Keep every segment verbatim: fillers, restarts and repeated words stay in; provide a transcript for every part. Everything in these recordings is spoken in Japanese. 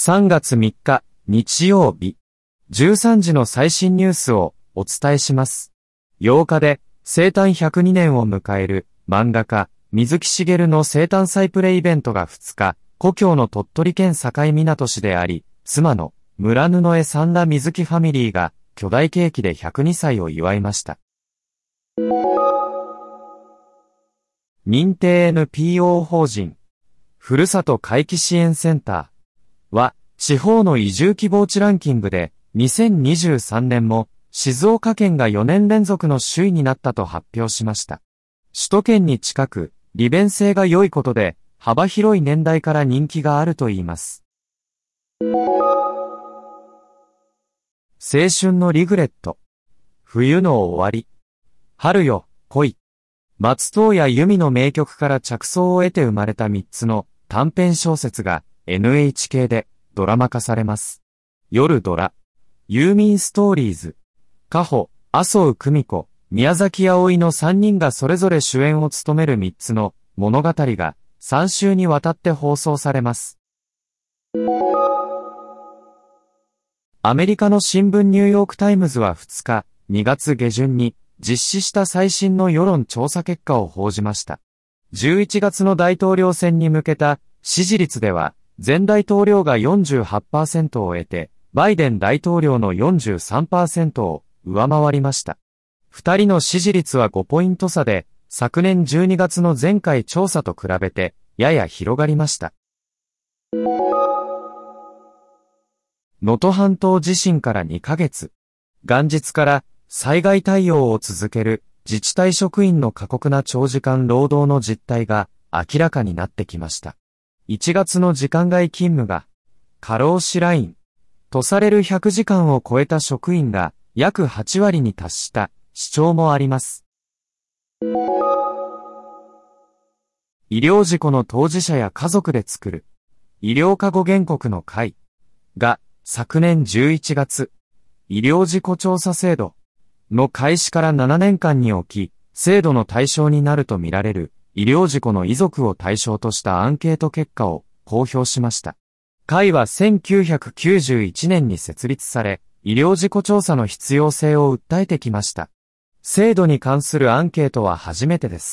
さんがつみっか、日曜日。じゅうさんじの最新ニュースをお伝えします。ようかで生誕ひゃくにねんを迎える漫画家、水木しげるの生誕祭プレイベントがふつか、故郷の鳥取県境港市であり、妻の村布江さんら水木ファミリーが巨大ケーキでひゃくにさいを祝いました。認定 エヌピーオー 法人、ふるさと回帰支援センターは、地方の移住希望地ランキングで、にせんにじゅうさんねんも静岡県がよねん連続の首位になったと発表しました。首都圏に近く、利便性が良いことで、幅広い年代から人気があるといいます。青春のリグレット。冬の終わり。春よ、恋。松任谷由実の名曲から着想を得て生まれたみっつの短編小説が エヌエイチケー でドラマ化されます。夜ドラ。ユーミンストーリーズ。カホ、麻生久美子、宮崎あおいのさんにんがそれぞれ主演を務めるみっつの物語がさんしゅうにわたって放送されます。アメリカの新聞ニューヨークタイムズはふつか、にがつげじゅんに実施した最新の世論調査結果を報じました。じゅういちがつの大統領選に向けた支持率では、前大統領が よんじゅうはちパーセント を得て、バイデン大統領の よんじゅうさんパーセント を上回りました。二人の支持率はごポイント差で、昨年じゅうにがつの前回調査と比べて、やや広がりました。能登半島地震からにかげつ。元日から災害対応を続ける自治体職員の過酷な長時間労働の実態が明らかになってきました。いちがつの時間外勤務が過労死ラインとされるひゃくじかんを超えた職員が約はちわりに達した主張もあります。医療事故の当事者や家族で作る医療過誤原告の会が昨年じゅういちがつ医療事故調査制度の開始からななねんかんにおき制度の対象になるとみられる医療事故の遺族を対象としたアンケート結果を公表しました。会はせんきゅうひゃくきゅうじゅういちねんに設立され、医療事故調査の必要性を訴えてきました。制度に関するアンケートは初めてです。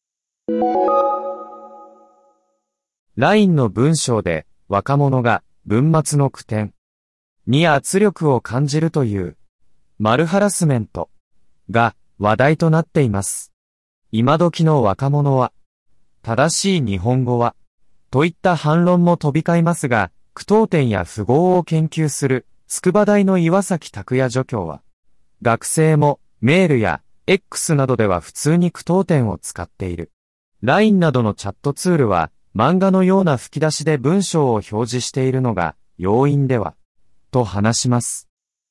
ライン の文章で若者が文末の句点に圧力を感じるというマルハラスメントが話題となっています。今時の若者は正しい日本語はといった反論も飛び交いますが、句読点や符号を研究する筑波大の岩崎拓也助教は、学生もメールや X などでは普通に句読点を使っている。ライン などのチャットツールは漫画のような吹き出しで文章を表示しているのが要因では、と話します。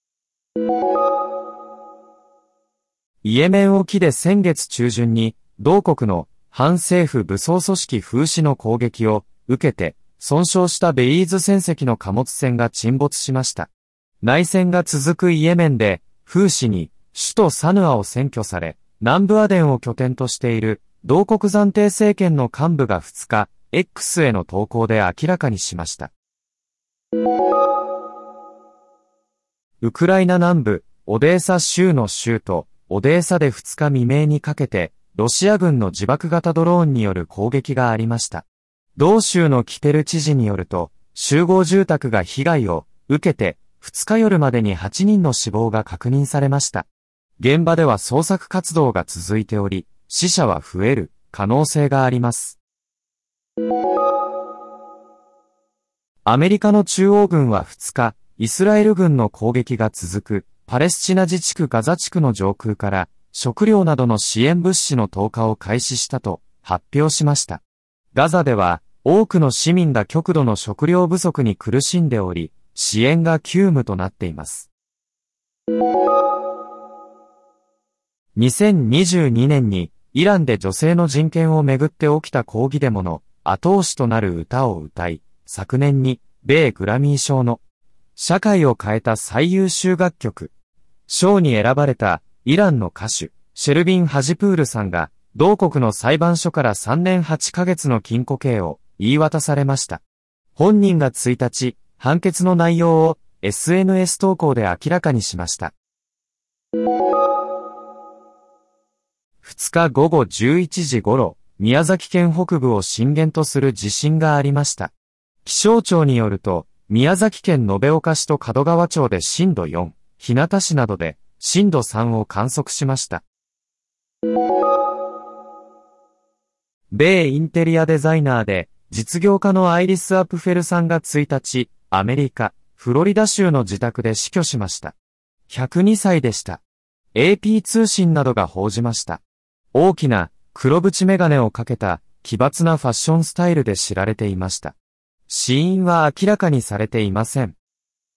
イエメン沖で先月中旬に同国の反政府武装組織フーシの攻撃を受けて損傷したベイーズ船籍の貨物船が沈没しました。内戦が続くイエメンでフーシに首都サヌアを占拠され南部アデンを拠点としている同国暫定政権の幹部がふつか X への投稿で明らかにしました。ウクライナ南部オデーサ州の州都オデーサでふつか未明にかけて、ロシア軍の自爆型ドローンによる攻撃がありました。同州のキテル知事によると、集合住宅が被害を受けて、ふつか夜までにはちにんの死亡が確認されました。現場では捜索活動が続いており、死者は増える可能性があります。アメリカの中央軍はふつか、イスラエル軍の攻撃が続く、パレスチナ自治区ガザ地区の上空から食料などの支援物資の投下を開始したと発表しました。ガザでは多くの市民が極度の食料不足に苦しんでおり、支援が急務となっています。にせんにじゅうにねんにイランで女性の人権をめぐって起きた抗議デモの後押しとなる歌を歌い、昨年に米グラミー賞の社会を変えた最優秀楽曲賞に選ばれたイランの歌手、シェルビン・ハジプールさんが、同国の裁判所からさんねんはちかげつの禁錮刑を言い渡されました。本人がついたち、 判決の内容を エスエヌエス 投稿で明らかにしました。ふつかごごじゅういちじ頃、宮崎県北部を震源とする地震がありました。気象庁によると、宮崎県延岡市と門川町で震度よん、日向市などで震度さんを観測しました。米インテリアデザイナーで実業家のアイリス・アプフェルさんがついたち、アメリカ、フロリダ州の自宅で死去しました。ひゃくにさいでした。エーピー 通信などが報じました。大きな黒縁メガネをかけた奇抜なファッションスタイルで知られていました。死因は明らかにされていません。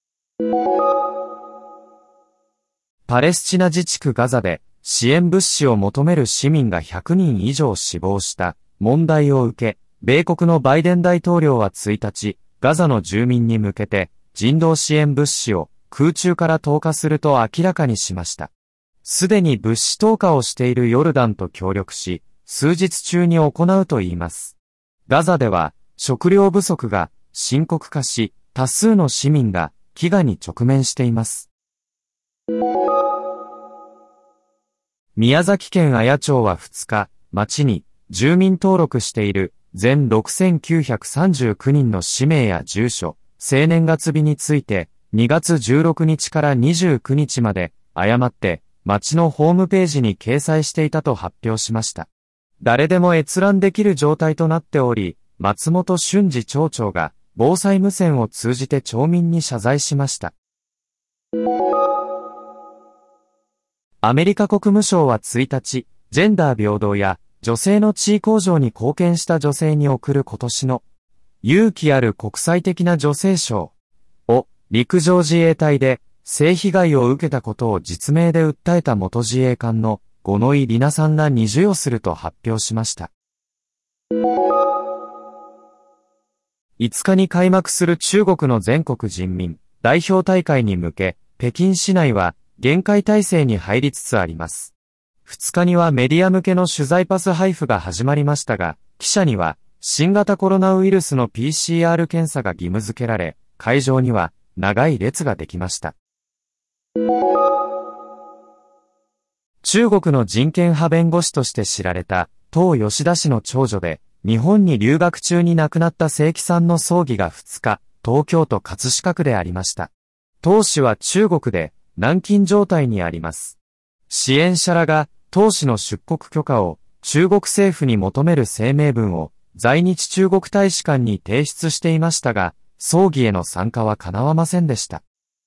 パレスチナ自治区ガザで支援物資を求める市民がひゃくにん以上死亡した問題を受け、米国のバイデン大統領はついたち、ガザの住民に向けて人道支援物資を空中から投下すると明らかにしました。すでに物資投下をしているヨルダンと協力し、数日中に行うといいます。ガザでは食料不足が深刻化し、多数の市民が飢餓に直面しています。宮崎県綾町はふつか、町に住民登録している全ろくせんきゅうひゃくさんじゅうきゅうにんの氏名や住所、生年月日についてにがつじゅうろくにちからにじゅうくにちまで誤って町のホームページに掲載していたと発表しました。誰でも閲覧できる状態となっており、松本俊二町長が防災無線を通じて町民に謝罪しました。アメリカ国務省はついたち、ジェンダー平等や女性の地位向上に貢献した女性に贈る今年の勇気ある国際的な女性賞を陸上自衛隊で性被害を受けたことを実名で訴えた元自衛官の五ノ井里奈さんらに授与すると発表しました。いつかに開幕する中国の全国人民代表大会に向け、北京市内は厳戒態勢に入りつつあります。ふつかにはメディア向けの取材パス配布が始まりましたが、記者には新型コロナウイルスの ピーシーアール 検査が義務付けられ、会場には長い列ができました。中国の人権派弁護士として知られた、唐吉田氏の長女で、日本に留学中に亡くなった正規さんの葬儀がふつか、東京都葛飾区でありました。唐氏は中国で軟禁状態にあります。支援者らが唐氏の出国許可を中国政府に求める声明文を在日中国大使館に提出していましたが、葬儀への参加は叶わませんでした。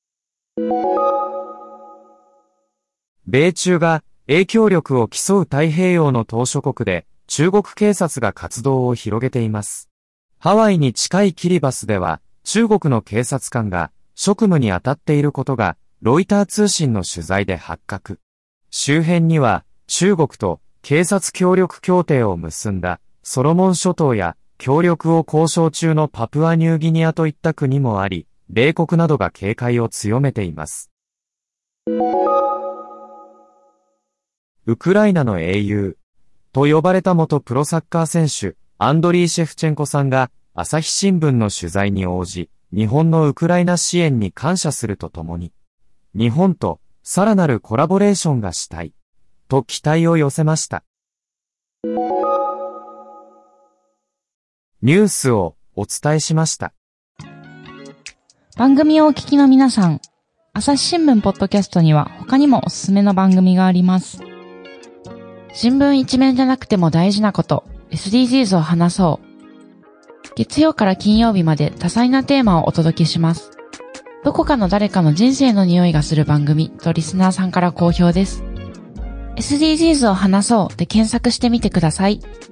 米中が影響力を競う太平洋の島諸国で中国警察が活動を広げています。ハワイに近いキリバスでは中国の警察官が職務に当たっていることがロイター通信の取材で発覚。周辺には中国と警察協力協定を結んだソロモン諸島や協力を交渉中のパプアニューギニアといった国もあり、米国などが警戒を強めています。ウクライナの英雄と呼ばれた元プロサッカー選手アンドリー・シェフチェンコさんが朝日新聞の取材に応じ、日本のウクライナ支援に感謝するとともに、日本とさらなるコラボレーションがしたいと期待を寄せました。ニュースをお伝えしました。 番組をお聞きの皆さん、朝日新聞ポッドキャストには他にもおすすめの番組があります。新聞一面じゃなくても大事なこと、エスディージーズ を話そう。月曜から金曜日まで多彩なテーマをお届けします。どこかの誰かの人生の匂いがする番組とリスナーさんから好評です。エスディージーズ を話そうで検索してみてください。